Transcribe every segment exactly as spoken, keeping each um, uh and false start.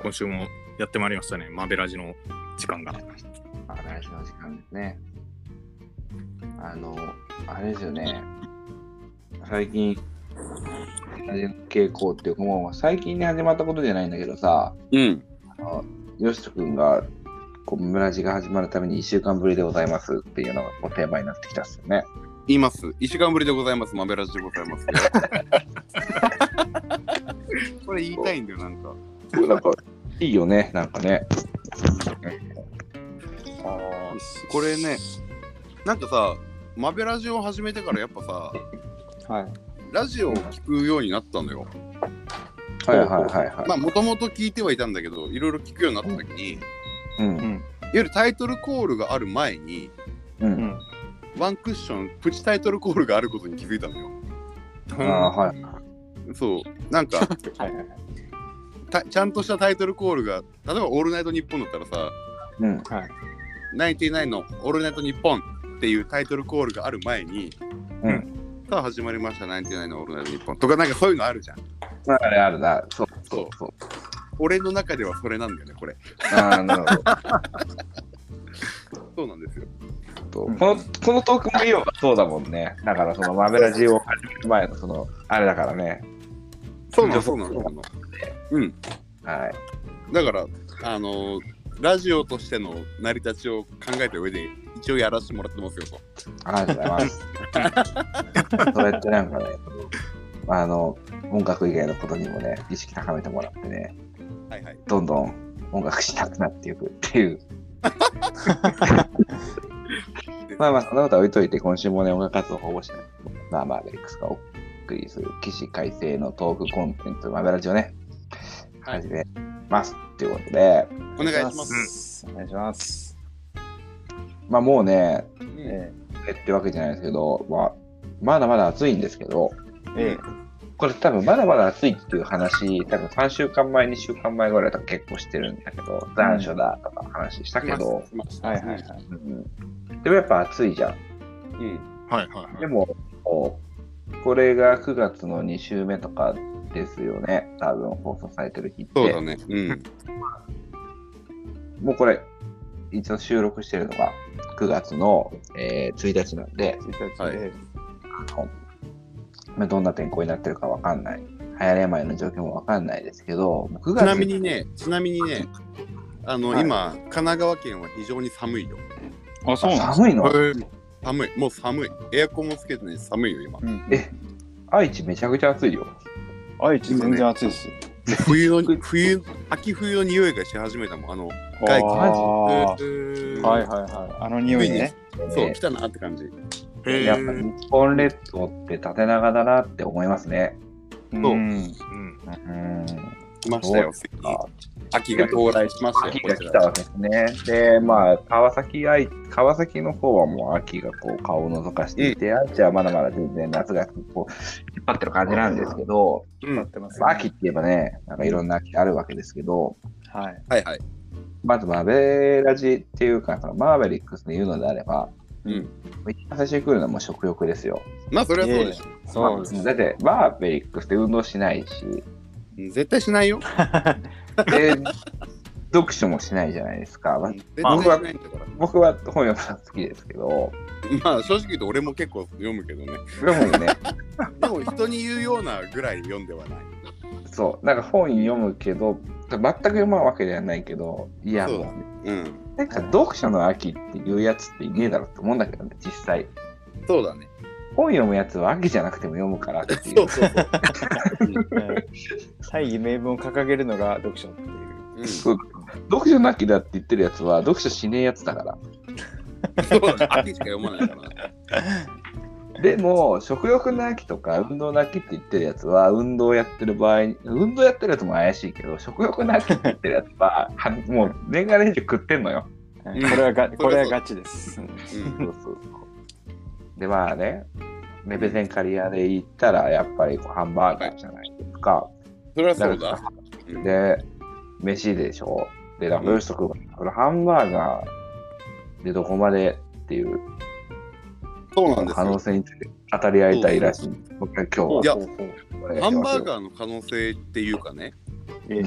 今週もやってまいりましたね。マベラジの時間が。 マベラジの時間ですね。あの、あれですよね。最近、傾向っていうか、もう最近に始まったことじゃないんだけどさ、 うん。 あのよしとくんが、こう、マベラジが始まるためにいっしゅうかんぶりでございますっていうのがこうテーマになってきたっすよね。 言います。いっしゅうかんぶりでございます。マベラジでございます。これ言いたいんだよ、なんか。 なんか、いいよね、なんかね。 あこれね、なんかさ、マベラジを始めてからやっぱさ、 はい、 ラジオを聞くようになったのよ。 はいはいはいはい。 まあ、もともと聞いてはいたんだけど、いろいろ聞くようになった時に、 うん。 うん、 いわゆるタイトルコールがある前に、 う。 うんん、 ワンクッション、プチタイトルコールがあることに気づいたのよ。 ああ、はい。 そう、なんか、 はいはいたちゃんとしたタイトルコールが、例えばオールナイトニッポンだったらさ、 うん。 はい、 ナインティナインのオールナイトニッポンっていうタイトルコールがある前に、 うん。 さあ始まりましたナインティナインのオールナイトニッポンとかなんかそういうのあるじゃん。 あれあるな。そうそうそう。 俺の中ではそれなんだよね、これ。 ああ、なるほど。 そうなんですよ。 このこのトークもいいよ。そうだもんね。だからそのマベラジを始める前のそのあれだからね。 そうなの、そうなの。うん。 はい。 だから、あのー、ラジオとしての成り立ちを考えた上で一応やらせてもらってますよと。 ありがとうございます。そうやってなんかね、あの、音楽以外のことにもね、意識高めてもらってね、 はいはい。 どんどん音楽しなくなっていくっていう。まあまあ、そんなことは置いといて、今週もね、音楽活動を保護して、まあマーベリックスがお送りする起死回生のトークコンテンツ、マベラジをね、 はい、 始めますということで、 お願いします。 お願いします。 まあもうね、 ええってわけじゃないですけど、まあ、まだまだ暑いんですけど、 ええこれ多分まだまだ暑いっていう話、多分さんしゅうかんまえ、にしゅうかんまえぐらいとか結構してるんだけど、残暑だとか話したけど、 えはいはいはい。 うん、でもやっぱ暑いじゃん。 うん、 はいはいはい。 でも、これがくがつのに週目とかですよね、多分放送されてる日って。 そうだね。うん。 もうこれ、一応収録してるのがくがつの、えー、ついたちなんで、 ついたちで、 はいあのまあ、どんな天候になってるかわかんない。流行り前の状況もわかんないですけど、くがつちなみにね、ちなみにね、あの、 はい、 今、神奈川県は非常に寒いよ。 あ、そうなん寒いの？ 寒い。もう寒い。エアコンもつけてね、寒いよ、今。 うん、 え、愛知めちゃくちゃ暑いよ。 愛知全然暑いですよ。 冬の、冬、秋冬の匂いがし始めたもん。あの、外気。 あーはいはいはい。あの匂いね。 そう、来たなって感じ。 へやっぱ日本列島って縦長だなって思いますね。 そう。 そううん。 うん。 うん。 来ましたよ。秋が到来しましたよ。 秋が来たわけですね。で、まあ、川崎愛、川崎の方はもう秋がこう顔を覗かしていて、愛知はまだまだ全然夏がこう引っ張ってる感じなんですけど、 うん、 待ってますね。 まあ、秋って言えばね、なんかいろんな秋あるわけですけど、 はい。 はいはい。 まずマベラジっていうか、マーベリックスで言うのであれば、 うん。 一番最初に来るのはもう食欲ですよ。 まあ、それはそうでしょ。 そうです。 まあ、だって、マーベリックスって運動しないし、 絶対しないよ。 で、読書もしないじゃないですか。まあ絶対しないんだから。 僕は本読むの好きですけど、 まあ、正直言うと俺も結構読むけどね。 読むよね。 でも、人に言うようなぐらい読んではない。 そう、なんか本読むけど、全く読まんわけではないけど、いや、もう、 うん。 なんか読書の秋っていうやつっていねえだろって思うんだけどね、実際。 そうだね。 本読むやつは秋じゃなくても読むからっていう。 そうそうそう。 大義名分を掲げるのが読書っていう。 うん、 そう読書の秋だって言ってるやつは、読書しねえやつだから。 そうだね。秋しか読まないからな。 でも、食欲の秋とか運動の秋って言ってるやつは、運動やってる場合、運動やってるやつも怪しいけど、食欲の秋って言ってるやつは、はもう年がら年中食ってんのよ。 これはがこれはガチです。 うんそうそうそう。で、まあね、メベゼンカリアで言ったら、やっぱりこうハンバーガーじゃないですか。 それはそうだ。 で、飯でしょ。で、だから、よしとくん、これハンバーガーでどこまでっていうそうなんですよ。 可能性について語り合いたいらしい。僕は今日は。 いやお願いしますハンバーガーの可能性っていうかね、 えうん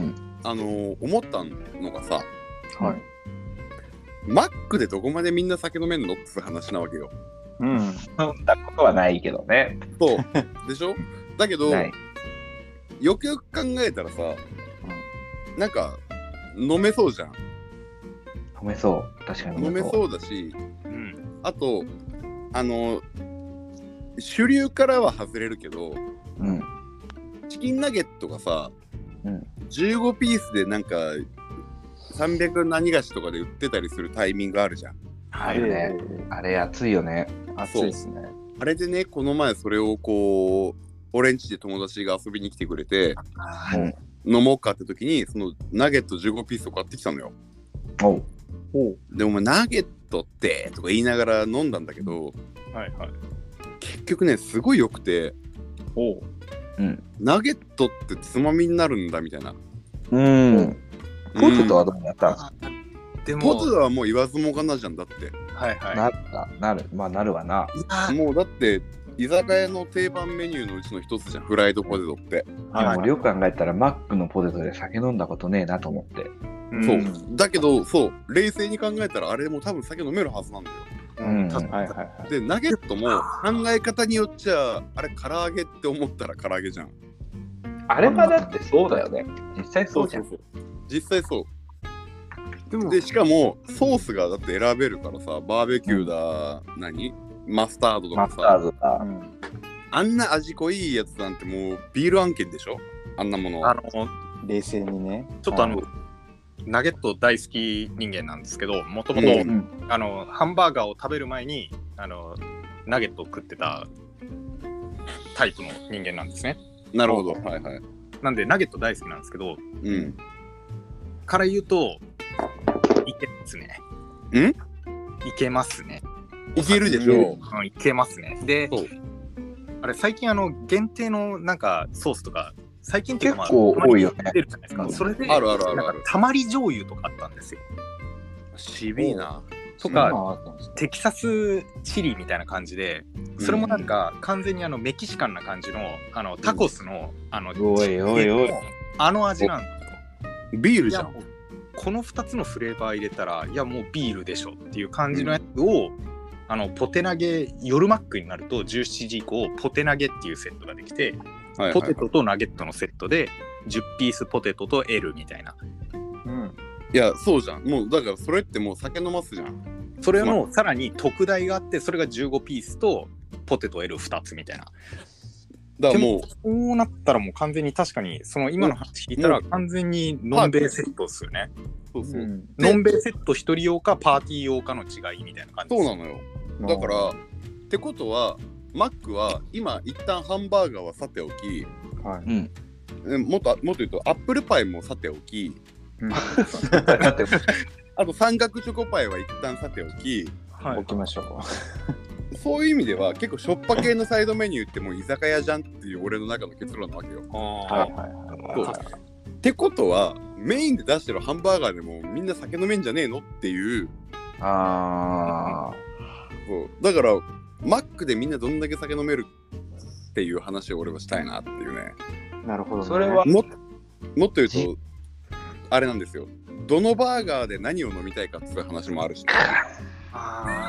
あのー、思ったのがさ、 はい。 マックでどこまでみんな酒飲めんのって話なわけよ。 うん。 飲んだことはないけどね。 そうでしょ。だけどない。 よくよく考えたらさ、なんか飲めそうじゃん。 飲めそう。確かに飲め飲めそう。 そうだし、 うん。 あとあの主流からは外れるけど、 うん。 チキンナゲットがさ、 うんじゅうごピースでなんかさんびゃく何菓子とかで売ってたりするタイミングあるじゃん。 あるね。あれ熱いよね。 暑いですね。 あれでね、この前それをこう俺ん家で友達が遊びに来てくれてうん飲もうかって時にそのナゲットじゅうごピースを買ってきたのよ。 おう。 おう。 でもナゲットってとか言いながら飲んだんだけど、 はいはい。 結局ねすごい良くて、 おう。 うん。 ナゲットってつまみになるんだみたいな。 うん。ポテトはどうやったんですか？ でポも、 テトはもう言わずもがなじゃん。だってはいはい。 なるか。なる。まあなるわな。 もうだって居酒屋の定番メニューのうちの一つじゃん、フライドポテトって。 でもよく考えたらマックのポテトで酒飲んだことねえなと思って。 うんそうだけど、そう冷静に考えたらあれも多分酒飲めるはずなんだよ。 うん。 たはいはいはい。 でナゲットも考え方によっちゃあれ唐揚げって思ったら唐揚げじゃん。 あれはだってそうだよね。実際そうじゃん。 そう実際そうでもでしかもソースがだって選べるからさ、バーベキューだ、何マスタードとマスタかさ、 ードだう。ん。 あんな味濃いやつなんてもうビール案件でしょ、あんなもの。 あの、 冷静にね。 ちょっとあの、 はいナゲット大好き人間なんですけど、もともと、 うんあの、ハンバーガーを食べる前に、あの、ナゲットを食ってたタイプの人間なんですね。 なるほど、はいはい。 なんで、ナゲット大好きなんですけど、 うん。 から言うと、いけますね。 んいけますね。 いけるでしょ。 うん、いけますね。でそう、 あれ、最近、あの、限定のなんかソースとか、最近っていうか、まあ、 結構多いよねたまに出るじゃないですか。それで、 あるあるあるあるなんか、たまり醤油とかあったんですよ。 しびいな。 とか、 今あったんですか？ テキサスチリみたいな感じで、それもなんか完全にあのメキシカンな感じのあのタコスの、あのおいおいおいあの味なんですよ。 ビールじゃん。 いやもうこのふたつのフレーバー入れたらいやもうビールでしょっていう感じのやつを、あのポテナゲ夜マックになるとじゅうしちじ以降ポテナゲっていうセットができて、 はいはいはいポテトとナゲットのセットでじゅっピースポテトと L みたいな、 うん。 いや、そうじゃん。もうだからそれってもう酒飲ますじゃん。 それのさらに特大があってそれがじゅうごピースとポテト エルふたつみたいな。 だからもう、 そうなったらもう完全に確かにその今の話聞いたら完全にノンベイセットですよね。 そうそう。 うん。 ノンベイセット一人用かパーティー用かの違いみたいな感じです。 そうなのよ。だから、ってことは、マックは今一旦ハンバーガーはさておき、 はい。 うん。 えもっともっと言うとアップルパイもさておき、 うん。 だってあと三角チョコパイは一旦さておき、 はい置きましょそういう意味では結構しょっぱ系のサイドメニューってもう居酒屋じゃんっていう俺の中の結論なわけよ。 う。 あはいーはいはい。 ってことはメインで出してるハンバーガーでもみんな酒飲めんじゃねえのっていう。 あそうだからマックでみんなどんだけ酒飲めるっていう話を俺はしたいなっていうね。 なるほどね。 それはももっと言うとあれなんですよ。どのバーガーで何を飲みたいかっていう話もあるし、ね、 あ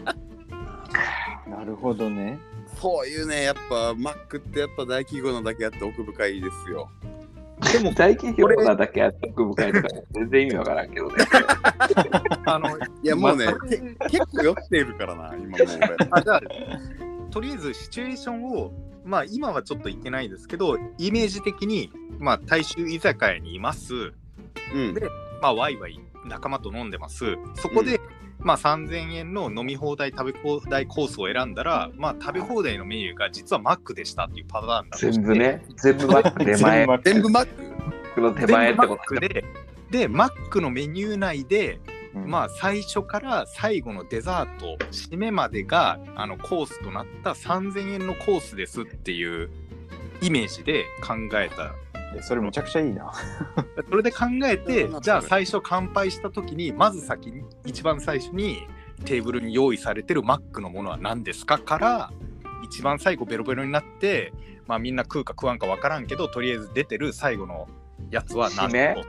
なるほどね。 そういうねやっぱマックってやっぱ大企業なだけあって奥深いですよ。 あ。でも大企業なだけあって奥深いとか全然意味わからんけどね。 ーあのいやもうね、 まけ結構酔っているからな今もう俺。 あじゃあとりあえずシチュエーションをまあ今はちょっと言ってないですけどイメージ的にまあ大衆居酒屋にいます。 うんでまあワイワイ仲間と飲んでます。そこで、まあさんぜんえんの飲み放題食べ放題コースを選んだらまあ食べ放題のメニューが実はマックでしたっていうパターンだとして全部ね。全部マック手前。 全部マック。 僕の手全部マ前ってことックででマックのメニュー内でうんまあ最初から最後のデザート締めまでがあのコースとなったさんぜんえんのコースですっていうイメージで考えた。 えそれむちゃくちゃいいな。 それで考えてうんじゃあ最初乾杯した時にまず先に一番最初にテーブルに用意されてるマックのものは何ですかから一番最後ベロベロになってまあみんな食うか食わんか分からんけどとりあえず出てる最後のやつは何締めと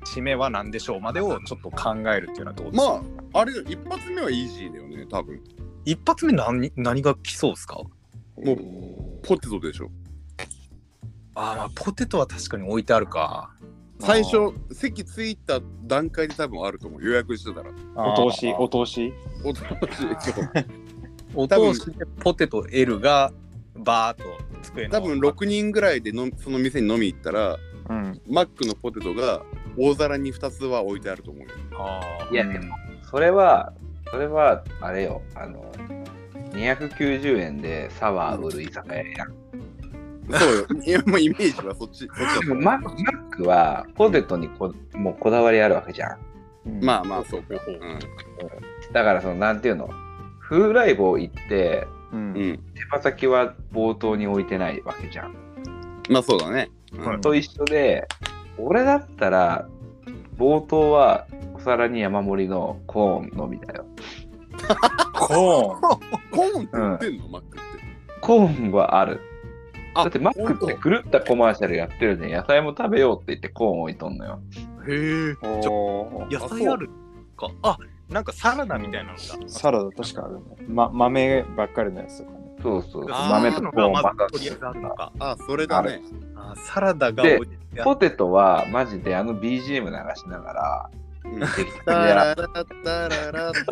締めは何でしょうまでをちょっと考えるっていうのはどうですか。 まああれ一発目はイージーだよね多分。 一発目何何が来そうですか。 もうポテトでしょ。 あーまあポテトは確かに置いてあるか。 最初席着いた段階で多分あると思う予約してたら。 お通しお通しお通しそうお通しでポテト L がバーっと机の多分ろくにんぐらいでのその店に飲み行ったら、 うん、 マックのポテトが大皿にふたつは置いてあると思うよ。 あいやでもそれはそれはあれよ、あのにひゃくきゅうじゅうえんでサワー売る居酒屋やん。 そうよ。いやもうイメージはそっち。そっちだと思うママックはポテトにこもうこだわりあるわけじゃん。 まあまあそうか。うん。 だからそのなんていうの、風来坊行ってうんうん。 手羽先は冒頭に置いてないわけじゃん。 まあそうだね。 うんと一緒で、俺だったら冒頭はお皿に山盛りのコーンのみだよ。 コーンコーンって売ってんの、マックって。 コーンはある。 あだってマックって狂ったコマーシャルやってるね。野菜も食べようって言ってコーン置いとんのよ。 へえ。 おー野菜あるか。あ、なんかサラダみたいなのだ。 サラダ確かあるね、ま、豆ばっかりのやつとかね。 そうそう。 あー豆とコーンままたずとりあえずあるのか。 あ、それだね。 あサラダがで置いてあるポテトはマジであの ビージーエム 流しながら、 うん。 適当タにやらララタララって。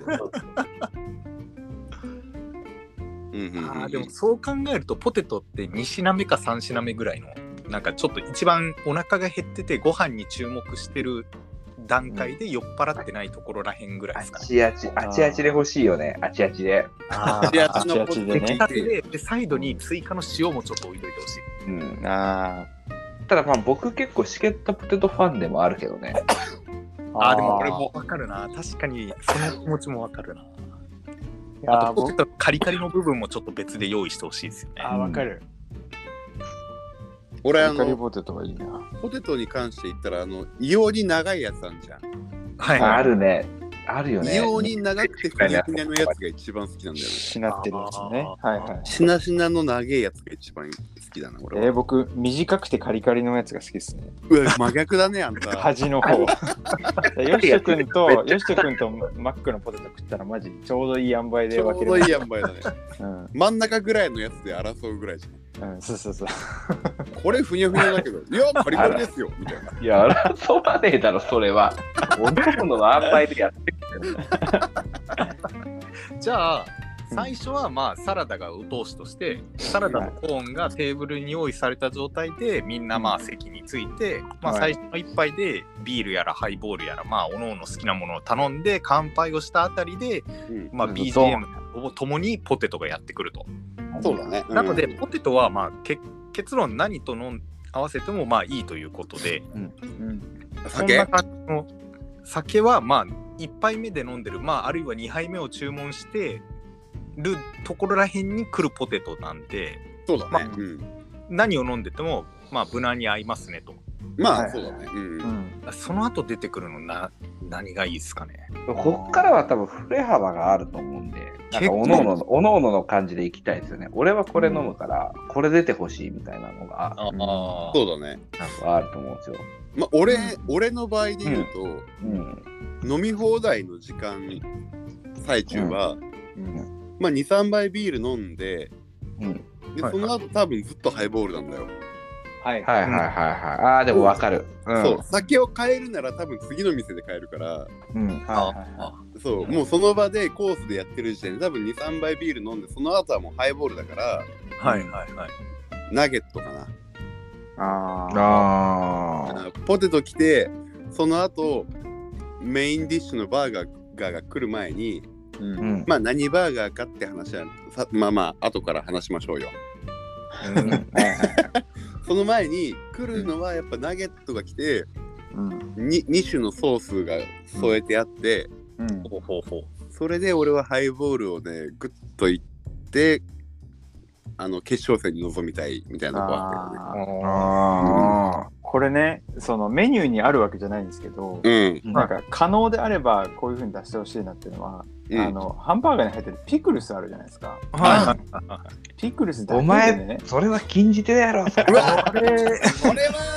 うんうんうんうんあーでもそう考えるとポテトってに品目かさん品目ぐらいのなんかちょっと一番お腹が減っててご飯に注目してる段階で酔っ払ってないところらへんぐらいですかね。 あちあち、あちあちで欲しいよね。あちあちで。 ああちああちあちのポテトちでね出来たてででサイドに追加の塩もちょっと置いといてほしい。 うん。 あただまあ僕結構しけったポテトファンでもあるけどね。 ーあーでもこれもわかるな。確かにその気持ちもわかるな。 いやーあとポテトカリカリの部分もちょっと別で用意してほしいですよね。 あーわかる。 俺あのカリカリポテトはいいな。 ポテトに関して言ったらあの異様に長いやつあるじゃん。 はいあるね。あるよね。 異様に長くてふにゃふにゃのやつが一番好きなんだよね。 しなってるやつね。はいはい。 しなしなの長いやつが一番好きだな俺は。 えー、僕短くてカリカリのやつが好きですね。 うわ真逆だねあんた。 端の方。よしとくんとよしとくんとマックのポテト食ったらマジちょうどいい塩梅でちょ分ける。 うどいい塩梅だね。 うん真ん中ぐらいのやつで争うぐらいじゃん。 うん、そうそうそう。 これふにゃふにゃだけど、いやカリカリですよみたいな。 いや、争わねえだろ、それは。おのおのの塩梅でやってる。 じゃあうん最初はまあサラダがお通しとしてサラダのコーンがテーブルに用意された状態でみんなまあ席について、まあはい最初の一杯でビールやらハイボールやらまあおのおの好きなものを頼んで乾杯をしたあたりで、 うんまあ、 うんビージーエム とともにポテトがやってくると。 そうだね。 なのでうんポテトはまあけ結論何との合わせてもまあいいということで、 うん、 そん酒な感じの酒はまあいっぱいめで飲んでる、まああるいはにはいめを注文してるところらへんに来るポテトなんで、 そうだね。 まあうん何を飲んでてもまあ無難に合いますねと。 まはいあそうだね。うんうんその後出てくるのな何がいいですかね。 こっからは多分振れ幅があると思うんで、なんかおのおのの、おのおのの感じでいきたいですよね。俺はこれ飲むから、これ出てほしいみたいなのが、 ああそうだね。 なんかあると思うんですよ。 まあ俺俺の場合で言うと、 うん。 飲み放題の時間最中は、 うんまあにさんばいビール飲んで、 うん。 ではいその後多分ずっとハイボールなんだよ。 はいはいはいはいはい。ああ、でもわかる。うん。 そう酒を変えるなら多分次の店で買えるから、 うん。 はいはいはそうもうその場でコースでやってる時点で多分にさんばいビール飲んでその後はもうハイボールだからはいはいはい。 ナゲットかな。 い。あーああ。 あポテト来てその後メインディッシュのバーガーが来る前に、 うんうん。 まあ何バーガーかって話はさまあまあ後から話しましょうよ。 うんはいはいその前に来るのはやっぱナゲットが来てうんにに種のソースが添えてあって、 うんほうほうほう。 それで俺はハイボールをねグッといってあの決勝戦に臨みたいみたいなとこあったよね。 あああ。 ーこれね、そのメニューにあるわけじゃないんですけど、 うん、 なんか可能であればこういう風に出してほしいなっていうのは、 うん、 あのハンバーガーに入ってるピクルスあるじゃないですか。 はいはいはい。 ピクルスだけでお前ね、、 それは禁じ手やろ。 うわあれこれは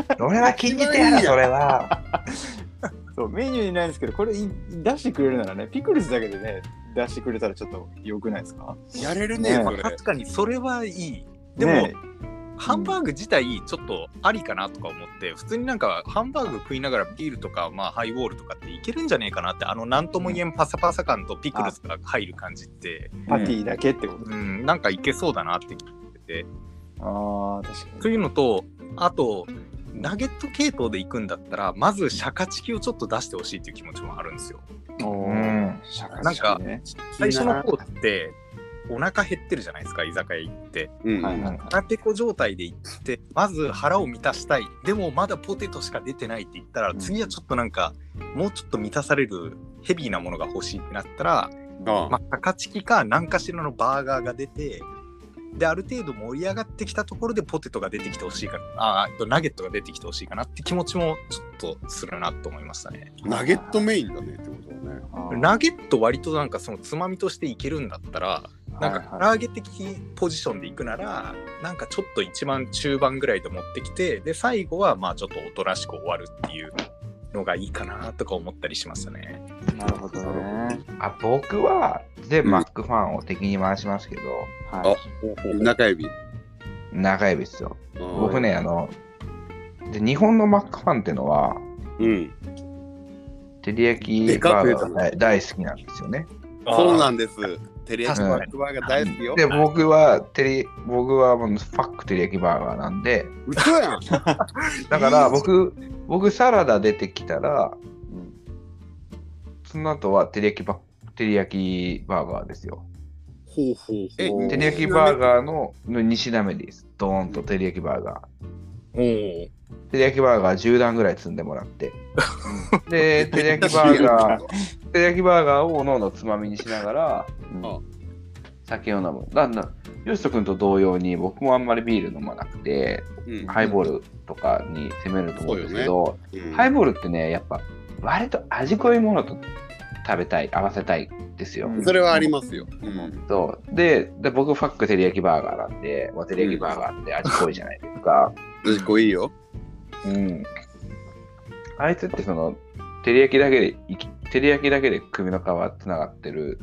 それは禁じてやる、それは。 そう、メニューにないんですけど、これい出してくれるならね、ピクルスだけでね、出してくれたらちょっと良くないですか？ やれるね、 ねそれ。 確かにそれはいい。でも、 ねハンバーグ自体ちょっとありかなとか思って普通になんかハンバーグ食いながらビールとか、まあ、ハイボールとかっていけるんじゃねえかなって、あのなんとも言えんパサパサ感とピクルスが入る感じって、 パティだけってこと。 うん、なんかいけそうだなって聞いてて、 ああ、確かというのと、あとナゲット系統で行くんだったらまずシャカチキをちょっと出してほしいっていう気持ちもあるんですよ。 に。おうーん。 なんかね、 最初の方ってお腹減ってるじゃないですか、居酒屋行ってうん。 はいはい。 腹ペコ状態で行ってまず腹を満たしたい、でもまだポテトしか出てないって言ったら、 うん次はちょっとなんかもうちょっと満たされるヘビーなものが欲しいってなったら、 ああまあ、高チキか何かしらのバーガーが出て、である程度盛り上がってきたところでポテトが出てきてほしいかな、あーナゲットが出てきてほしいかなって気持ちもちょっとするなと思いましたね。 ナゲットメインだねってことだね。 あーナゲット割となんかそのつまみとしていけるんだったら、なんか唐はいはい揚げ的ポジションでいくなら、なんかちょっと一番中盤ぐらいで持ってきて、で最後はまあちょっとおとなしく終わるっていうのがいいかなとか思ったりしましたね。 なるほどね。 あ、僕は全部マックファンを敵に回しますけど、 は中指。 中指ですよ。 ああ僕ね、あの、で日本のマックファンっていうのは、 うん。 照り焼きバーガーが大大好きなんですよね。 そうなんです。照り焼き確バックバーガー大好きよ。 で、僕は、照り、僕はもうファック照り焼きバーガーなんで、 嘘やん。 だから僕、僕サラダ出てきたら、 い。うんその後は照り焼きバ照り焼きバーガーですよ。 ほうほうえほう。 照り焼きバーガーのに品目です。ドーンと照り焼きバーガー。 おお。 照り焼きバーガーじゅう段ぐらい積んでもらって。で、照り焼きバーガー、照り焼きバーガーをおのおのつまみにしながらうんあ酒を飲む。だんだん、ヨシト君と同様に僕もあんまりビール飲まなくて、 うんハイボールとかに攻めると思うんですけど、 うんハイボールってね、やっぱ割と味濃いものと食べたい、合わせたいですよ。 うんそれはありますよ。うんそうでで僕ファック照り焼きバーガーなんで、まあ、照り焼きバーガーって味濃いじゃないですか。 味濃いよ。 うん。あいつってその照り焼きだけで生き照り焼きだけで首の皮つながってる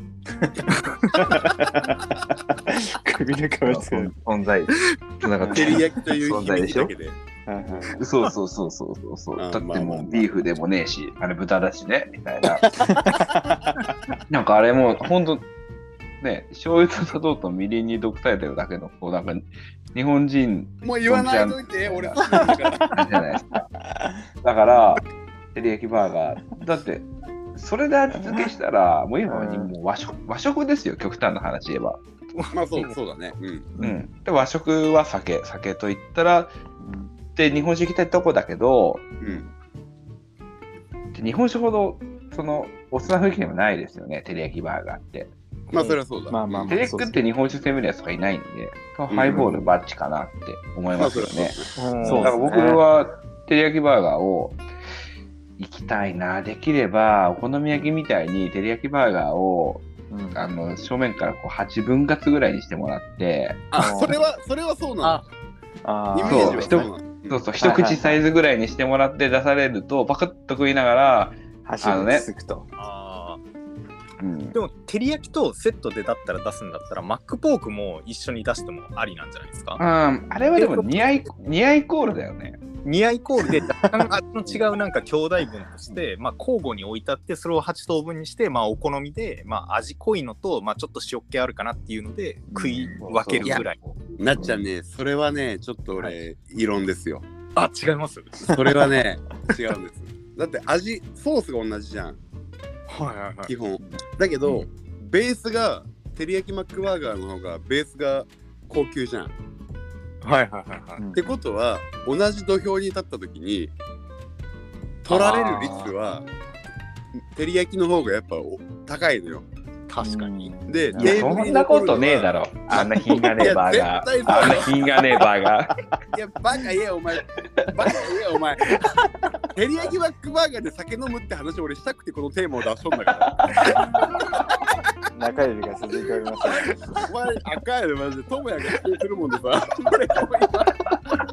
首の皮つる。 存在つながって照りる。 焼きという響きだけで。 はいはいはいそうそうそうそうそうそう。 あだってまあまあもうビーフでもねえし、あれ豚だしねみたいな。なんかあれもうほんとね、醤油と砂糖とみりんに毒されてるだけのこうなんか日本人もう言わないといて、俺そうなんだから。 じゃないですか。だから照り焼きバーガーだってそれで味付けしたらもう今はもう和食和食ですよ、極端な話言えば。 まあそうそうだね。うん。 うん、で和食は酒酒といったらで日本酒行きたいとこだけど、 うん。 で日本酒ほどそのおつな雰囲気でもないですよね、照り焼きバーガーって。 まあそれはそうだ。 まあまあま照り焼きって日本酒攻めるやつがいないんで、ハイボールバッチかなって思いまあそますよね。 れはそうだ。 うんそうだから僕は照り焼きバーガーを行きたいな。できればお好み焼きみたいに照り焼きバーガーをうんあの正面からこうはちぶん割ぐらいにしてもらって、 あ、それは、それはそうなあの。イメーージはそうなの。 そうそう、一口サイズぐらいにしてもらって出されると、パクッと食いながら、 箸をつくと。 あーうん、 でも照り焼きとセットでだったら出すんだったらマックポークも一緒に出してもありなんじゃないですか。 ああれはでも似合い、似合いコールだよね。 ニアイコールで若干味の違うなんか兄弟分としてまあ交互に置いてあって、それをはち等分にしてまあお好みでまあ味濃いのとまあちょっと塩っ気あるかなっていうので食い分けるぐらい。 なっちゃんね、それはね、ちょっと俺、異論ですよ。 あ、違います。 それはね、違うんです。だって味、ソースが同じじゃん、 はいはいはい。 基本。だけど、ベースが、照り焼きマックバーガーの方が、ベースが高級じゃん。 はいはいはいはい。 ってことは、同じ土俵に立った時に、取られる率は、照り焼きの方がやっぱお高いのよ。 確かに。 で、 いや、 テーブルにそんなことねえだろ。 ろ。あんな品がねえバーガいや絶対ー。 そうあんな品がねえバーガー。 いや、バカ言え、お前。バカ言え、お前。照り焼きマックバーガーで酒飲むって話を俺したくてこのテーマを出しとんだから。 中指が続いております。 お前、赤いのマジで、トモヤが否定するもんでさ。俺、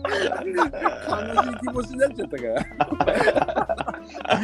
しい気持ちになっちゃったから。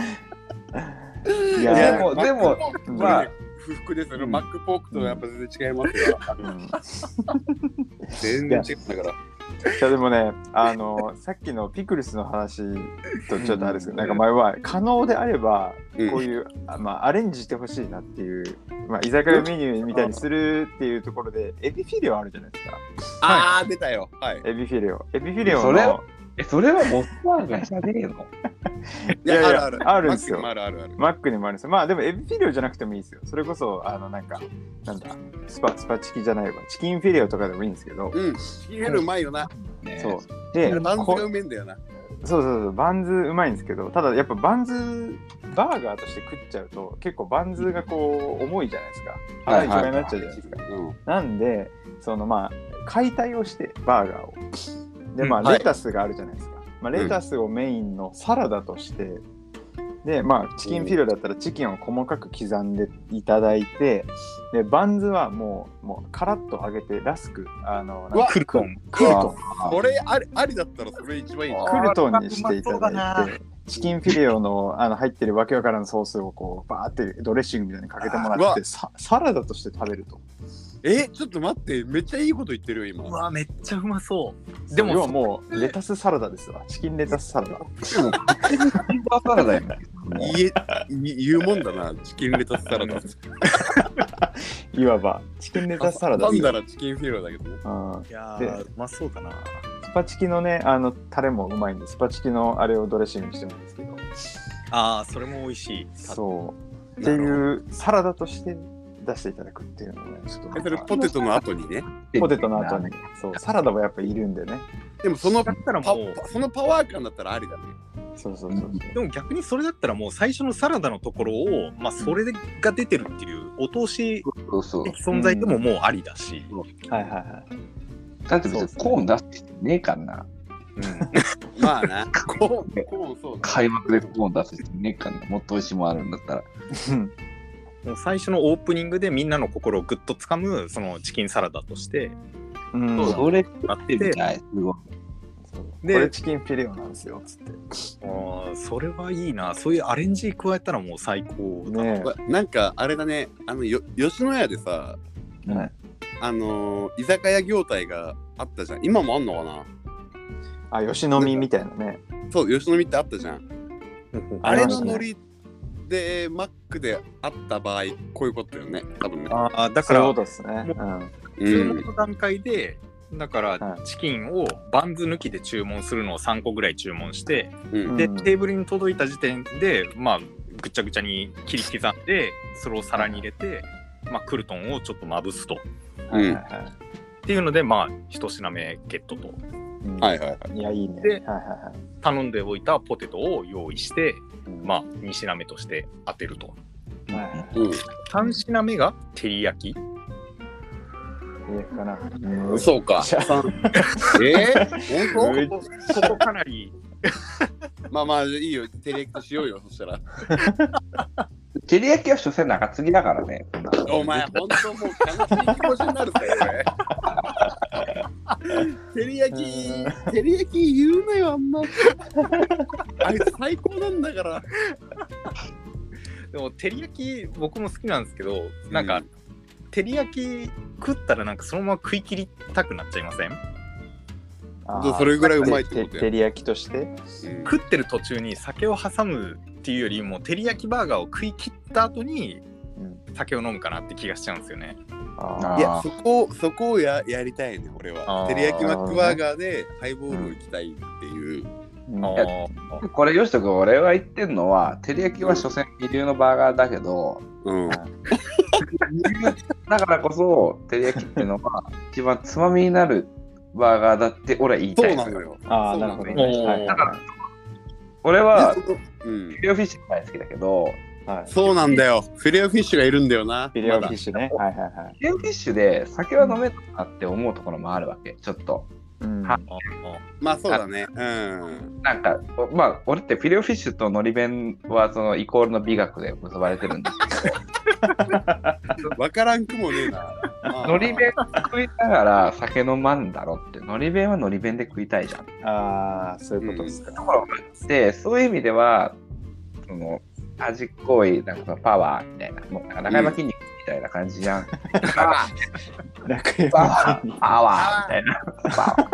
いいややでもでもまあ不服ですよね、 うんマックポークとやっぱ全然違いますよ。全然違うんだから。 いやでもね、あのさっきのピクルスの話とちょっとあれですけど、なんか前は可能であればうんこういう、あまあ、アレンジしてほしいなっていう、まあ、居酒屋メニューみたいにするっていうところでエビフィレオあるじゃないですか。 ああ、出たよ。はい。 エビフィレオエビフィレオのそれえそれはモスバーガーじゃねえの？ いや、 いやいやあるある。 あるんですよマックにもあるあるある。 マックにもあるんですよ。まあでもエビフィレオじゃなくてもいいですよ。それこそあのなんかなんだスパスパチキじゃないわ、チキンフィレオとかでもいいんですけど、 うん。チキンヘルうまいよな。 ねそうでバンズこがうめえんだよな。 そうそうそうバンズうまいんですけど、ただやっぱバンズバーガーとして食っちゃうと結構バンズがこう重いじゃないですか。腹いっぱいになっちゃうじゃないですか。 うん。 なんでそのまあ解体をしてバーガーをでまあうんはいレタスがあるじゃないですか。まあ、レタスをメインのサラダとして、でまあチキンフィレオだったらチキンを細かく刻んでいただいて、でバンズはもうもうカラッと揚げてラスクあのうわクルトン。 クルトンこれありありだったらそれ一番いいな。 クルトンにしていただうまそういて、チキンフィレオのあの入ってるわけわからんソースをこうバーってドレッシングみたいにかけてもらうわってササラダとして食べると。 え、ちょっっと待って、めっちゃいいこと言ってるよ、今。 うわ、めっちゃうまそう。 ででも、 も要はもうレタスサラダですわ。チキンレタスサラダ。 でも、チキンバーサラダやね。 言え言うもんだな、チキンレタスサラダ。 いわばチキンレタスサラダなんです。 だらチキンフィレオだけどね。 うんいやでー、うまそうだな。 スパチキのね、あのタレもうまいんで、スパチキのあれをドレッシングにしてもいいんですけど、 ああ、それも美味しい。 そう。っていうサラダとして出していただくっていうのもね、ちょっとなんえそれかポテトの後にね。 ポテトの後に、そう、サラダもやっぱいるんでね。 でもそのだったらパもう、 そのパワー感だったらありだね。 そうそうそうそう。 でも逆にそれだったらもう最初のサラダのところを、まあそれが出てるっていうお通しそうそう。 的存在でももうありだし。 はいはいはい。 だって別にコーン出してねえかんな。 うん。 まあな、コーン、コーンそうだ。 開幕でコーン出してねえかんな。もっと美味しいもんあるんだったら。 もう最初のオープニングでみんなの心をぐっとつかむそのチキンサラダとしてうん、 そうだそれあって、 みたい。すごい。 そうでこれチキンフィレオなんですよ、つって。 あーそれはいいな。そういうアレンジ加えたらもう最高だ。 ねわなんかあれだね、あのよ吉野家でさ、 え。はいあのー居酒屋業態があったじゃん。今もあんのかな。 あ、吉野みみたいなね。 そう、吉野家ってあったじゃん。あれありましたねのノリでマックであった場合、こういうことよね、多分ね。 あーだかそういうらことですね。うん。 う注文ん。 の段階でだからはいチキンをバンズ抜きで注文するのをさんこぐらい注文して、 うん。 でうんテーブルに届いた時点でまあぐちゃぐちゃに切り刻んでそれを皿に入れて、まあ、クルトンをちょっとまぶすとはいはいはい。 っていうのでまあ一品目ゲットとうんはいはいはい。 いや、いいね。 ではいはいはい。 頼んでおいたポテトを用意して、 うんまあに品目として当てるとはいはいはい。 うん。 さん品目が照り焼き。 いいかな。 うん、そうか。 じゃあさんえー、本うここここかなり当まあまあいいよ、照り焼きとしようよ、そしたら。 照り焼きは所詮中継ぎだからね。 お前、本当もう悲しい気持ちになるぜ、これ。照り焼き、照り焼き言うなよ、あんな。あいつ最高なんだから。 でも照り焼き僕も好きなんですけどなんか、 うん照り焼き食ったらなんかそのまま食い切りたくなっちゃいません？ あーそれぐらいうまいってことやて照り焼きとして。 うん食ってる途中に酒を挟むっていうよりも照り焼きバーガーを食い切った後にうん酒を飲むかなって気がしちゃうんですよね。 ああーいや、そこ、そこをややりたいね、俺は。 あー照り焼きマックバーガーでハイボールを行きたいっていう。 ーうんあやーこれ、よしとくん、俺が言ってんのは、照り焼きは所詮二流のバーガーだけど、 うん。 二流だからこそ、照り焼きっていうのは、一番つまみになるバーガーだって俺は言いたそい。 うなのよ。 ああ、 そうなるほどなのよね。はいだから俺は、 でそのうんフィレオフィッシュが大好きだけど、 はい。 そうなんだよ。フィレオフィッシュがいるんだよな。 フィレオフィッまシュね。はいはいはい。 フィレオフィッシュで酒は飲めるなって思うところもあるわけ、ちょっと。 うんはあだまあそうだね。うん。 なんか、おまあ、俺ってフィレオフィッシュとのり弁はそのイコールの美学で結ばれてるんですけど、 わからんくもねえな。 のり弁食いながら酒飲まんだろって、のり弁はのり弁で食いたいじゃん。 ああ、そういうことですか。 ところがあって、そういう意味では、その味濃いなんかパワーみたいな、もうなんか中山筋肉みたいな感じじゃん。パワー楽パワーパワーみたいな。パワ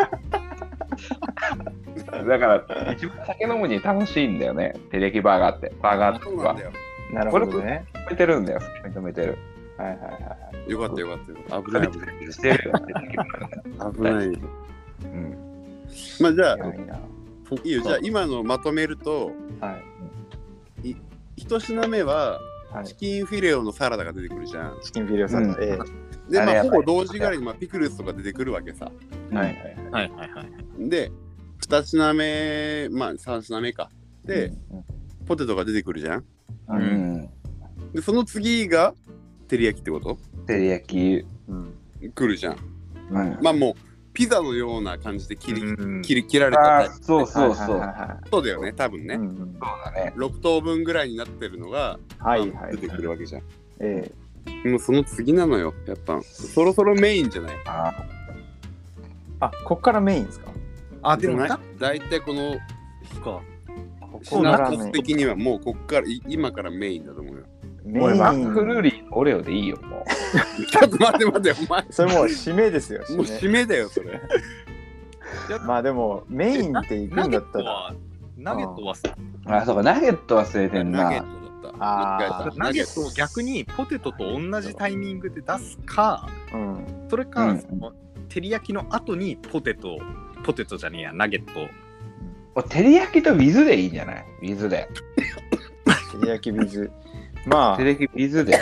ーだから一番酒飲むに楽しいんだよね。照り焼きバーガーって。バーガーとかそうなんだよ。 なるほどね。 認めてるんだよ。認めてる。 はいはいはい。 よかったよかったよ。危ない危ない。 してるよ。 危ない。 うん。 まあじゃあ、 いやいいな。 いいよ。じゃあ今のまとめると、 はい。 一品目ははい。 チキンフィレオのサラダが出てくるじゃん。 チキンフィレオサラダ。ええ。 で、まああれやばいほぼ同時ぐらいにまあピクルスとか出てくるわけさ。 はいはいはい。 はいはいはい。 で、二品目、まあ三品目か。で、 うんポテトが出てくるじゃん。 ううんん。 で、その次が照り焼きってこと照り焼き。 うん。 来るじゃん。 うん。 まあもうピザのような感じで切り、 うん切り切られたあタイプ。 そうそうそう。 はいはいはいそうだよね、多分ね。 うんうんそうだね。 ろく等分ぐらいになってるのが、 はいはい。 出てくるわけじゃん。 ええ。 もうその次なのよ、やっぱ。そろそろメインじゃない。 ああ、こっからメインですか？ あ、でもだだだいたいこのか。 ここ品からメイン。 数的にはもうこっからい今からメインだと思うよ。 メイ俺、マッン。 クフルーリーオレオでいいよ、もちょっと待って待って、お前。 それもう締めですよ。 もう締締めだよ、それ。 め。まあでもメインっていくナんだったら。 ゲットは、ナゲットは、 う。あ、そうか、ナゲット忘れてんな。 ナゲットだった。 あー間違えたナゲットを逆にポテトと同じタイミングで出すか、 うん。 それか、 うんその照り焼きの後にポテト、ポテトじゃねえや、ナゲット。 お照り焼きと水でいいんじゃない？水で。 照り焼き水。まあ、 照めっり焼き水で。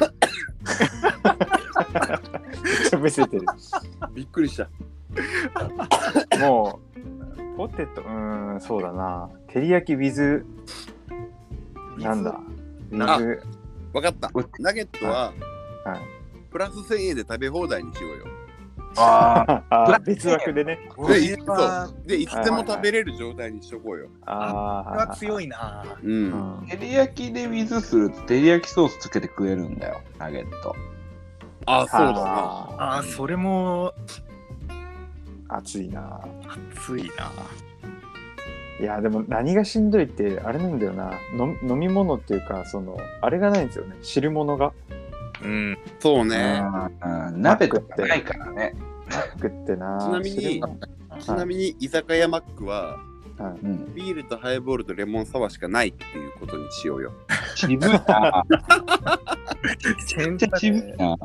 ちゃむせてる。 びっくりした。 もう、ポテト、うーん、そうだな。照り焼き水、なんだ。 あ水、 わかった。ナゲットは、 はい。 プラスせんえんで食べ放題にしようよ。 ああプラー別枠でね。 で、いこれはそうでいつでも食べれる状態にしとこうよ。 あこれはあ、 強いな。 う。 うんん。 あ。照り焼きで水すると照り焼きソースつけて食えるんだよ、ナゲット。 あ、そうだな。 ああー、それもー熱いな。 熱いな。 いや、でも何がしんどいって、あれなんだよな。の飲み物っていうか、その、あれがないんですよね。汁物が。 うん。 そうね。 あー鍋とかないからね。 食ってな。 ちなみに汁物ちなみに居酒屋マックは、 はいうん。 ビールとハイボールとレモンサワーしかないっていうことにしようよ。 渋いな。 めめっちゃ渋いな。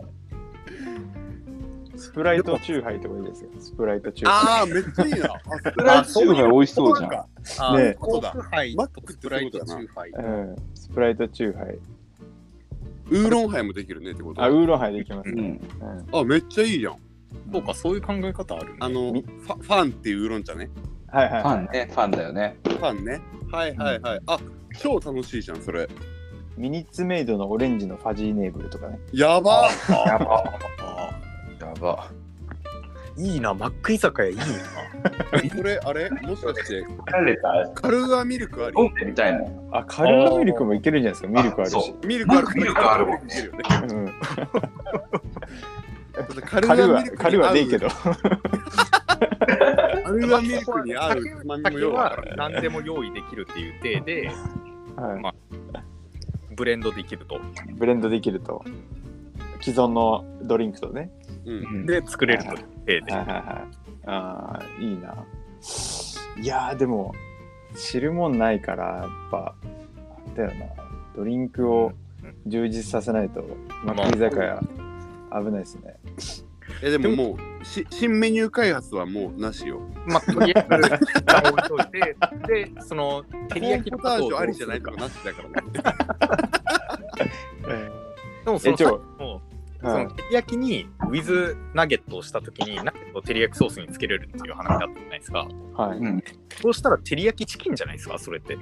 スプライトチューハイとかいいですよ。スプライトチューハああ、めっちゃいいな。あスプライトチューハイ美味しそうじゃん。 あねー、コークハイマックとスプライトチューハイ。 イ。うん。スプライトチューハイ。 ウーロンハイもできるねってこと。 あ、ウーロンハイできますね。 うん。 うん。 あ、めっちゃいいじゃん。 そうか、そういう考え方あるね。 あの、フみァファンっていうウーロン茶ね。 はいはいはい。 ファンね、ファンだよね。 ファンね。はいはいはい。あ、超楽しいじゃん、それ。 ミニッツメイドのオレンジのファジーネーブルとかね。 やばやば。 あやば。 ーいいな、マック居酒屋いいな。 これ、あれもしかして、 疲れた。 カルーアミルクあり飲んでみたいの。 あ、カルーアミルクもいけるんじゃないですか。ミルクあるし。 そうミルクある。 ミルクあるもんミルクいけるよね。 うん。 カルカルーアミルクーはカルーはねえけど。 カルーアミルクに合うつまみも酒ようわかはらない。 何でも用意できるっていう体で、 はブレンドできると。 い。ブレンドできると。既存のドリンクとね。 うん。 で、作れるという体で。 はいはいはい。ああ、いいな。いやー、でも、知るもんないから、やっぱ、あれだよな。ドリンクを充実させないと、マック居酒屋、危ないですね。 え、でももう、し新メニュー開発はもうなしよ。 まあ、とりあえず、一旦置いといて、で、その、照り焼きのポタージュことをありじゃないとかなしだからね。 でもそのえちょもうはいその照り焼きにウィズナゲットをしたときにナゲットを照り焼きソースにつけれるっていう話だったじゃないですか。 はい。 うん。 そうしたら照り焼きチキンじゃないですか、それって。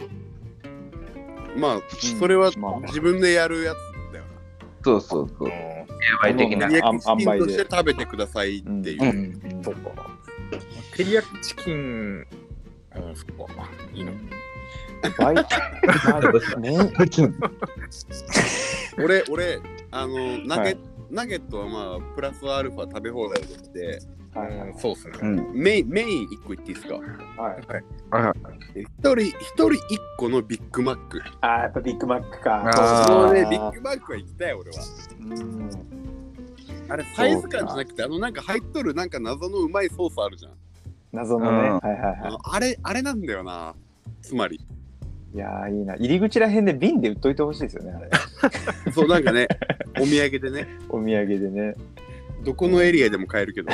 まあ、それはまあまあ自分でやるやつだよな。 そうそうそう。 うやばい的な照り。焼きチキンあんとして食べてくださいっていう。 うんん、そうか。照り焼きチキン、うん、そっか。いいの。 バイト、まあね、 俺、俺、あの、ナゲッナゲットはまあプラスアルファ食べ放題でして、 はいはいうんそうっすね。 うん。 メインメインいっこ言っていいですか？ はい。 一人一人いっこのビッグマック。 あーやっぱビッグマックか。 あーそうね、ビッグマックは行きたい俺は。 うん。 あれサイズ感じゃなくて、あのなんか入っとるなんか謎のうまいソースあるじゃん。 謎のね。 うんはいはいはあのあれあれなんだよな。つまり。 い。いやーいいな。入り口らへんで瓶で売っといてほしいですよね、あれ。 そうなんかね、お土産でね、 お土産でね。 どこのエリアでも買えるけど、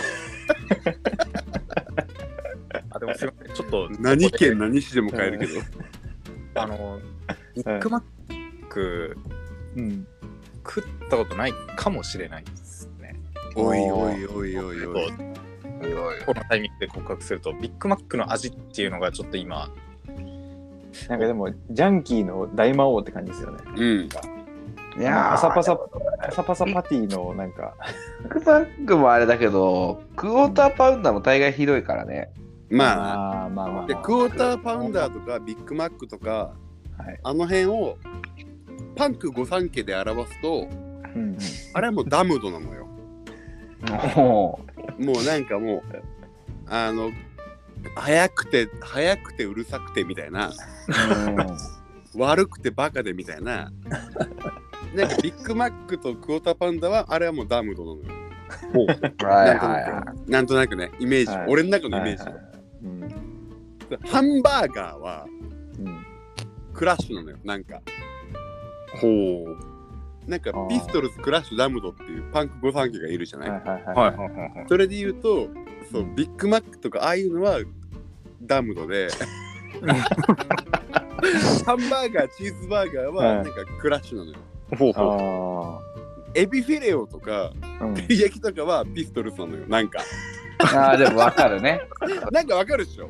あでもすみません。ちょっと何県何市でも買えるけど。 あのビッグマックうん。 食ったことないかもしれないですね。 おいおいおいおいおい。 このタイミングで告白するとビッグマックの味っていうのがちょっと今なんかでも、ジャンキーの大魔王って感じですよね。 うん。 いやーパサパサ、パサパサパティのなんか、 ビッグマックもあれだけど、クォーターパウンダーも大概ひどいからね。 まあな。 あーまあまあまあ。 でクォーターパウンダーとかビッグマックとかはい。 あの辺をパンク御三家で表すとうん。 あれはもうダムドなのよ。 ももうなんかもうあの速くて速くてうるさくてみたいな、悪くてバカでみたいな。なんかビッグマックとクォーターパウンダーはあれはもうダムドなのよ。 う、はいはいはなんとなくねイメージ、 はい俺の中のイメージ、 はいはいうん。 ハンバーガーはうん。 クラッシュなのよ。なんかほなんかあーピストルズクラッシュダムドっていうパンク御三家がいるじゃない、 はいはいはい。 はいはいはいはい。 それで言うとそうビッグマックとかああいうのはダムドでハンバーガーチーズバーガーはなんかクラッシュなのよ。 ほうほう。 あエビフィレオとかあ。うん。 照り焼きとかはピストルズなのよ。なんかい。ああ、でもわかるね。 なんかわかるでしょ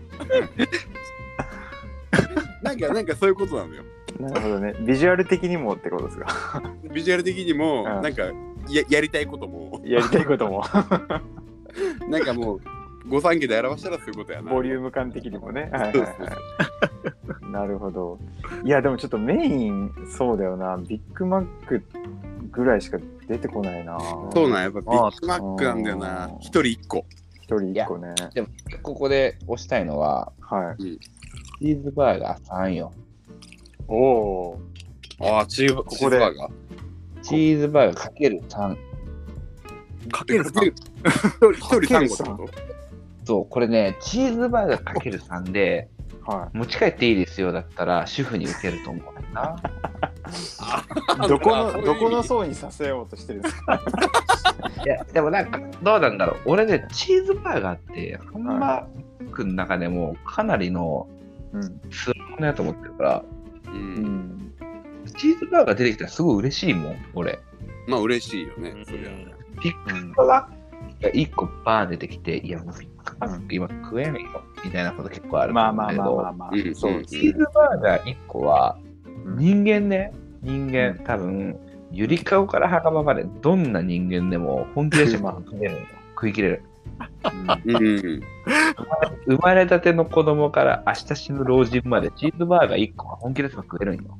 なんかなんかそういうことなのよ。 なるほどね。ビジュアル的にもってことですか。 ビジュアル的にもうんなんかややりたいこともやりたいことも。 なんかもう御三家で表したらそういうことやな。 ボリューム感的にもね。はいはいそうそうはい。なるほど。いや、でもちょっとメイン、そうだよな。ビッグマックぐらいしか出てこないな。 そうなんやっぱビッグマックなんだよなあー。 一人一個。 一人一個ね。 でも、ここで押したいのは、 はい。 チーズバーガーさんよ。 おお。 ああ、チーズ、こここでこでがチーズバーガーかけるさん。 かけるさん。 一人一人三個ってこそう、これね、チーズバーガーかけるさんで、 は持ち帰っていいですよだったら、主婦に受けると思うな。 とい。どこの、 あそういうどこの意味層にさせようとしてるんですか。 いや、でもなんか、どうなんだろう。俺ね、チーズバーガーって、ハンバーグの中でもかなりのうん。 スラムやと思ってるから、 う。 うんん。 チーズバーガー出てきたらすごい嬉しいもん、俺。 まあ嬉しいよね。そりゃ。 ビッグバーガーがいっこバーン出てきて、いや、もうビッグバーガー今食えんよ、みたいなこと結構あるとまあ思うんだけど、 まあまあまあまあ。 うんそうですチーズバーガーいっこは、 うん人間ね、人間、 うん多分、ゆりかごから墓場まで、どんな人間でも本気でしま食えるのよ。食い切れる。 うん。 生まれたての子供から明日死ぬ老人まで、チーズバーガーいっこは本気でしま食えるんよ。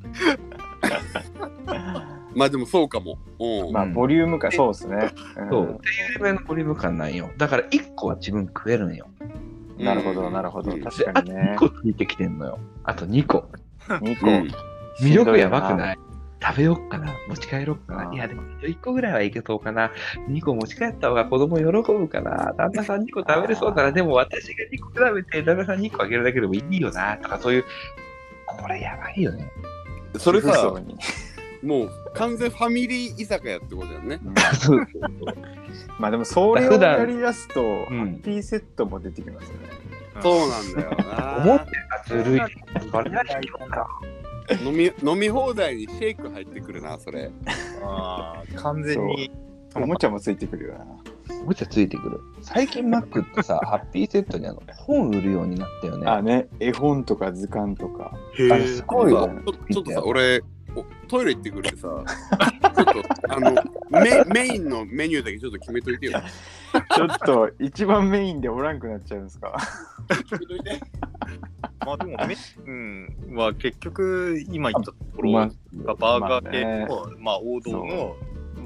まあでもそうかも。うん。 まあ、ボリュームか、そうですね。 そう。っていうレベルのボリューム感なんよ。だからいっこは自分食えるんよ。 うん。なるほど、なるほど。 うん確で、あとかにねに。こついてきてんのよ。あとにこ。 にこ。 うん魅力やばくない？食べよっかな、持ち帰ろっかな。 あーいや、でもいっこぐらいはいけそうかな。にこ持ち帰った方が子供喜ぶかな。旦那さんにこ食べれそうだな。でも私がにこ比べて旦那さんにこあげるだけでもいいよな。とかそういう、これやばいよね。 それさ、 嘘にもう完全ファミリー居酒屋ってことだよね。 うんそうまあでもそれを普段やり出すと、 うんハッピーセットも出てきますよね。 そうなんだよな。 思ってたずるい。それはひどいか。 飲み飲み放題にシェイク入ってくるな、それ。 あー完全におもちゃもついてくるよな。 おもちゃついてくる。最近マックってさ、ハッピーセットにあの本売るようになったよね。 あね、絵本とか図鑑とか。 へあれすごいさわちょちょっとさ、俺、おトイレ行ってくるってさ、ちょっと、あのメ、メインのメニューだけちょっと決めといてよ。 ちょっと一番メインでおらんくなっちゃうんですか。 決めといて。 まあでもメインは結局今言ったところ、 まあバーガー系まあねの、まあ、王道の、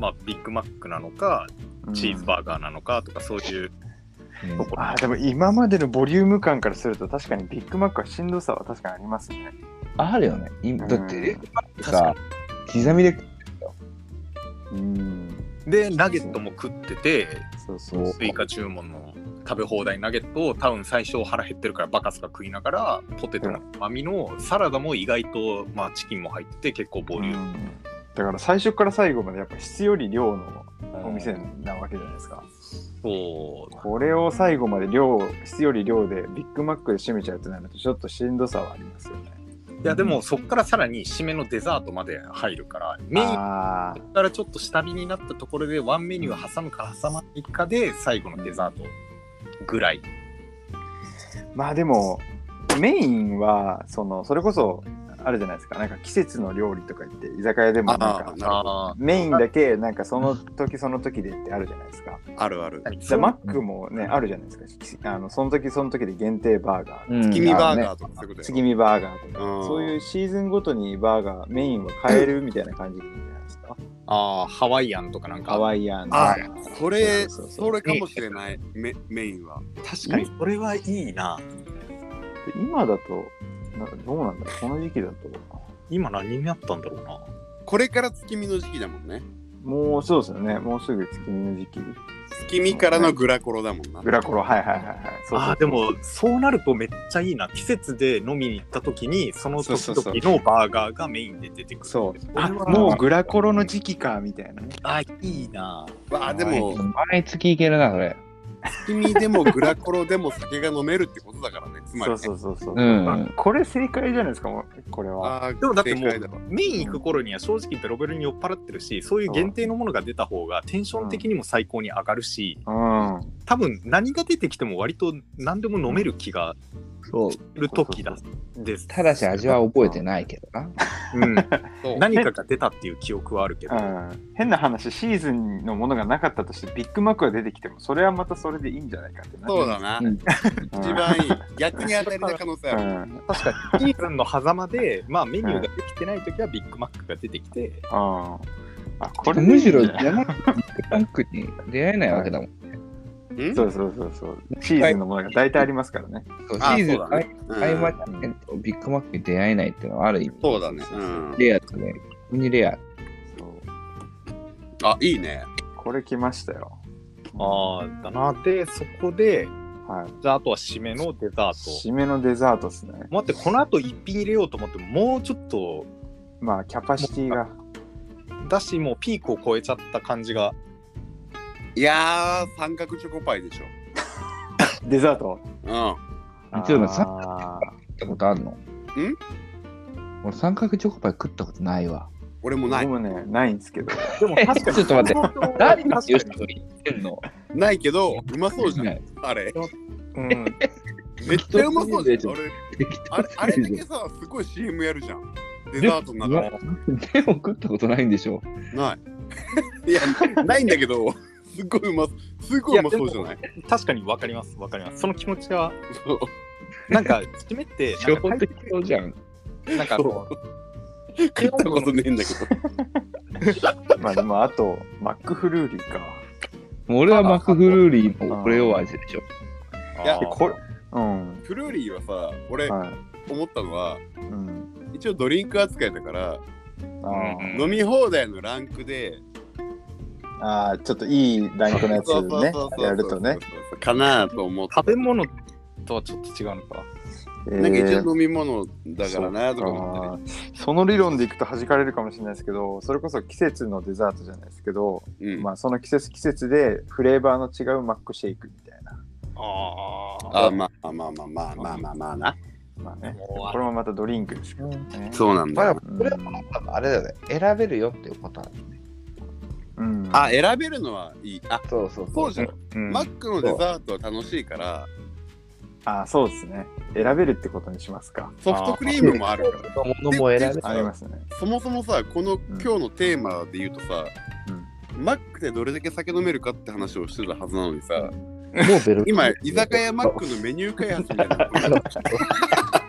まあ、ビッグマックなのかチーズバーガーなのかとか、そういうところ、 あでも今までのボリューム感からすると確かにビッグマックはしんどさは確かにありますね。 あるよね。いだってレうんッドマックさ、刻みで食ってるよ。 うんでナゲットも食ってて、 そうそう追加注文の食べ放題ナゲットを多分最初腹減ってるからバカスカ食いながら、ポテトの甘みのサラダも意外と、まあ、チキンも入ってて結構ボリューム、 うんだから最初から最後までやっぱ質より量のお店なわけじゃないですか。 そうこれを最後まで量質より量でビッグマックで締めちゃうとなるとちょっとしんどさはありますよね。 いやでもそっからさらに締めのデザートまで入るからメインあからちょっと下火になったところでワンメニュー挟むか挟まないかで最後のデザートぐらい。 ーまあでもメインはそのそれこそあるじゃないですか、なんか季節の料理とか言って居酒屋でもなんかあメインだけなんかその時その時でってあるじゃないですか。 あるある。 でマックもねあるじゃないですか、あのその時その時で限定バーガー、 うん月見バーガあーとかそういうこと月見バーガーとか、 うんそういうシーズンごとにバーガーメインを変えるみたいな感じでいいんじゃないですか。 あーハワイアンとかなんかハワイアンあとかそれそうそうそうそれかもしれないメメインは。 確かにそれはいいな。 今だとなどうなんだろう、この時期だと今何になったんだろうな。 これから月見の時期だもんね。 もうそうですよね、もうすぐ月見の時期、 月見からのグラコロだもんな。 グラコロ、はいはいはいはい、そうそうそうあーでもそうなるとめっちゃいいな。季節で飲みに行った時にその時そうそう 々のバーガーがメインで出てくる。 そうああもうグラコロの時期かみたいなね。 あいいな。 わあでも毎月いけるな、それ。 月見でもグラコロでも酒が飲めるってことだからね。つまりそうね。 そうそうそう、 うんあこれ正解じゃないですか、もうこれは。 あーでもだっても正解だわうメイン行く頃には正直ベロベロに酔っ払ってるし、そういう限定のものが出た方がテンション的にも最高に上がるし、 うん多分何が出てきても割と何でも飲める気がそう。 する時だです。 ただし味は覚えてないけどな。 うん、 そう何かが出たっていう記憶はあるけど、 うん変な話、シーズンのものがなかったとしてビッグマックが出てきてもそれはまたそれでいいんじゃないかってなそうだな。 うん一番いい。逆に当たりな可能性ある。 うん確かにシーズンの狭間で、まあ、メニューができてない時はビッグマックが出てきて、 うんあこれむしろいいんじゃない山バンクに出会えないわけだもん。 んそうそうそうそうシーズンのものが大体ありますからね。 そうシあーズンそうだねうん合間じゃないとビッグマックに出会えないっていうのはある意味。 そうだね。うん。 レアだね。本当にレア。 そうあ、いいね。 これ来ましたよ。 ああだな。でそこではい、 じゃああとは締めのデザート。 締めのデザートですね。 待って、この後一品入れようと思ってももうちょっとまあキャパシティがだし、もうピークを超えちゃった感じが。 いやー、三角チョコパイでしょ。 デザート。 うん。 一応ねさあ食ったことあるの？俺三角チョコパイ食ったことないわ。 俺もない。 ー僕もねないんですけど。 でも確かにちょっと待って東京誰が確かによしと言ってんの？ ないけど、うまそうじゃん。 ないあれ。 うん、 めっちゃうまそうじゃん。 適当俺、 適当あれあれだけさ、すごい シーエム やるじゃん。デザートの中でも食ったことないんでしょ？ ない。いや、ないんだけど、すっごいうま、すごいうまそうじゃない？ 確かに分かります分かります。その気持ちはそうなんか締めってなんか超適当じゃん。 なんかこう食ったことねえんだけど。 まあでもあとマックフルーリーか。 俺はマクフルーリーのオレオ味でしょ。 いやでこれうんフルーリーはさ、俺、 はい思ったのは、 うん一応ドリンク扱いだから、 あうん飲み放題のランクで、 ーあーちょっといいランクのやつそうそうねそうそうやるとね。 かなと思って。 食べ物とはちょっと違うのか。 なんか一えー応飲み物だからなとか思ってね。 そっかその理論でいくと弾かれるかもしれないですけど、それこそ季節のデザートじゃないですけど、 うん、 まあその季節季節でフレーバーの違うマックシェイクみたいな。 ああまあまあまあまあまあまあまあな。 まあね、 もうこれもまたドリンクですけどね。 そうなんだよ。 これはあれだよね。選べるよっていうパターン。 うん、 あ、選べるのはいい。あ、 そうそうそうじゃん。 うんマックのデザートは楽しいから、 あそうですね。選べるってことにしますか。 ソフトクリームもあるから。 ものも選べる。 ありますね。 そもそもさ、この今日のテーマで言うとさ、 うんマックでどれだけ酒飲めるかって話をしてたはずなのにさ、 もうベル今、居酒屋マックのメニュー開発みたいな。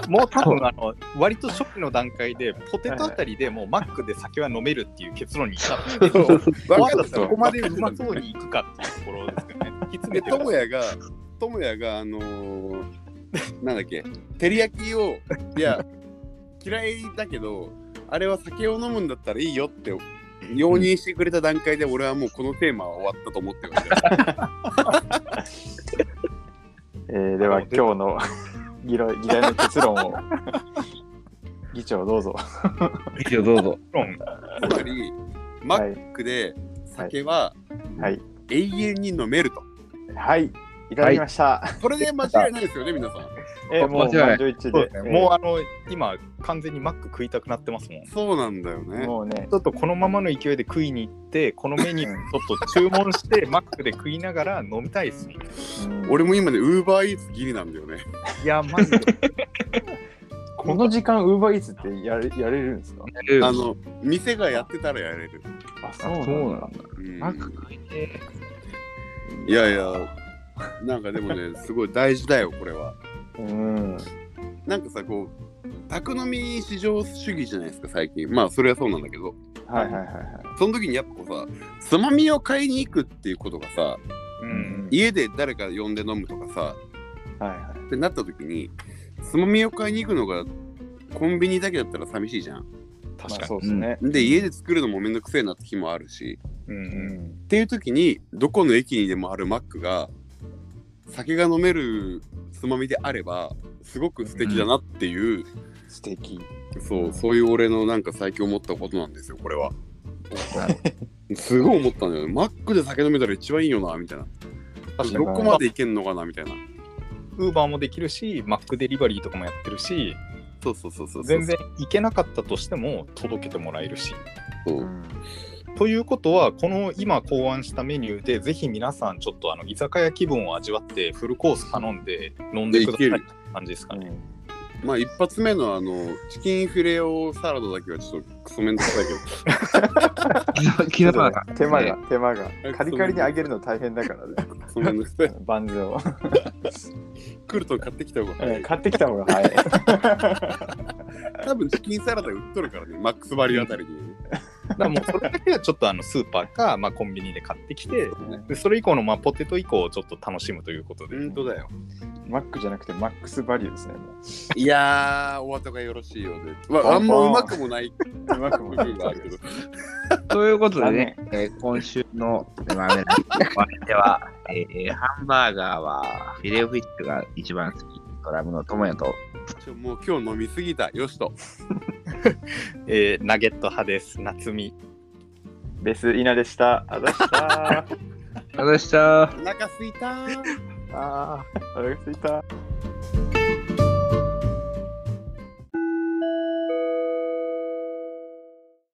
もう多分あの割と初期の段階でポテトあたりでもうマックで酒は飲めるっていう結論に至ったんですけど、 分かったそこまでうまそうにいくかっていうところですかね。引き詰めでて智也が智也があのー、なんだっけ照り焼きをいや嫌いだけどあれは酒を飲むんだったらいいよって容認してくれた段階で俺はもうこのテーマは終わったと思ってるんでえー、では今日の議論議題の結論を議長どうぞ。 議長どうぞ。 つまりマックで酒ははい永遠に飲めると、 はいいただきました。 これで間違いないですよね皆さん。 えー、もう間違いない満場一致で、 そうですね、もうあの今完全にマック食いたくなってますもん。 そうなんだよえーね。 もうねちょっとこのままの勢いで食いに行ってこのメニューちょっと注文してマックで食いながら飲みたいですね。 うん俺も今ねウーバーイーツギリなんだよね。 いやマジでこの時間ウーバーイーツってやれやれるんですか？ あの店がやってたらやれる。 あそうなんだ。 うんマック食いていやいやなんかでもねすごい大事だよこれは。 うんなんかさこう宅飲み市場主義じゃないですか最近。まあそれはそうなんだけどはいはいはいはい。 その時にやっぱこうさつまみを買いに行くっていうことがさうん家で誰か呼んで飲むとかさはいはい。 ってなった時につまみを買いに行くのがコンビニだけだったら寂しいじゃん。 確かに、 まあ、そうですね。 で家で作るのもめんどくせえなって日もあるしうんううんんっていう時にどこの駅にでもあるマックが酒が飲めるつまみであればすごく素敵だなっていう、 素敵。 そうそういう俺のなんか最近思ったことなんですよこれは。すごい思ったんだよね。マックで酒飲めたら一番いいよなみたいな。 確かにどこまでいけんのかなみたいな。 ウーバーもできるしマックデリバリーとかもやってるしそうそうそうそうそう。 全然行けなかったとしても届けてもらえるし。 そううんということはこの今考案したメニューでぜひ皆さんちょっとあの居酒屋気分を味わってフルコース頼んで飲んでくださいって感じですかね。 まあ一発目のあのチキンフィレオサラダだけはちょっとクソめんどくさいけど気のなか手間が手間がカリカリに揚げるの大変だからね。 クソめんどくさい。 バンズをクルトン買ってきた方が早い。 買ってきた方が早い。 多分チキンサラダ売っとるからねマックスバリューあたりに。 だからもうそれだけはちょっとあのスーパーか、まあ、コンビニで買ってきてでそれ以降のまあポテト以降をちょっと楽しむということで。 本当だよ。 マックじゃなくてマックスバリューですね。もいやーお後がよろしいようで、まあ、あんまうまくもないううまくも部分があるけど。 ということでね、えー今週の豆ラジお相手は、えーハンバーガーはフィレオフィッシュが一番好き、ドラムのトモヤと、 ちょもう今日飲みすぎたよしと。 えーナゲット派です夏美。 ベスイナでした。あざした。 ありがとうございました。 お腹すいたー。 あー、お腹すいた。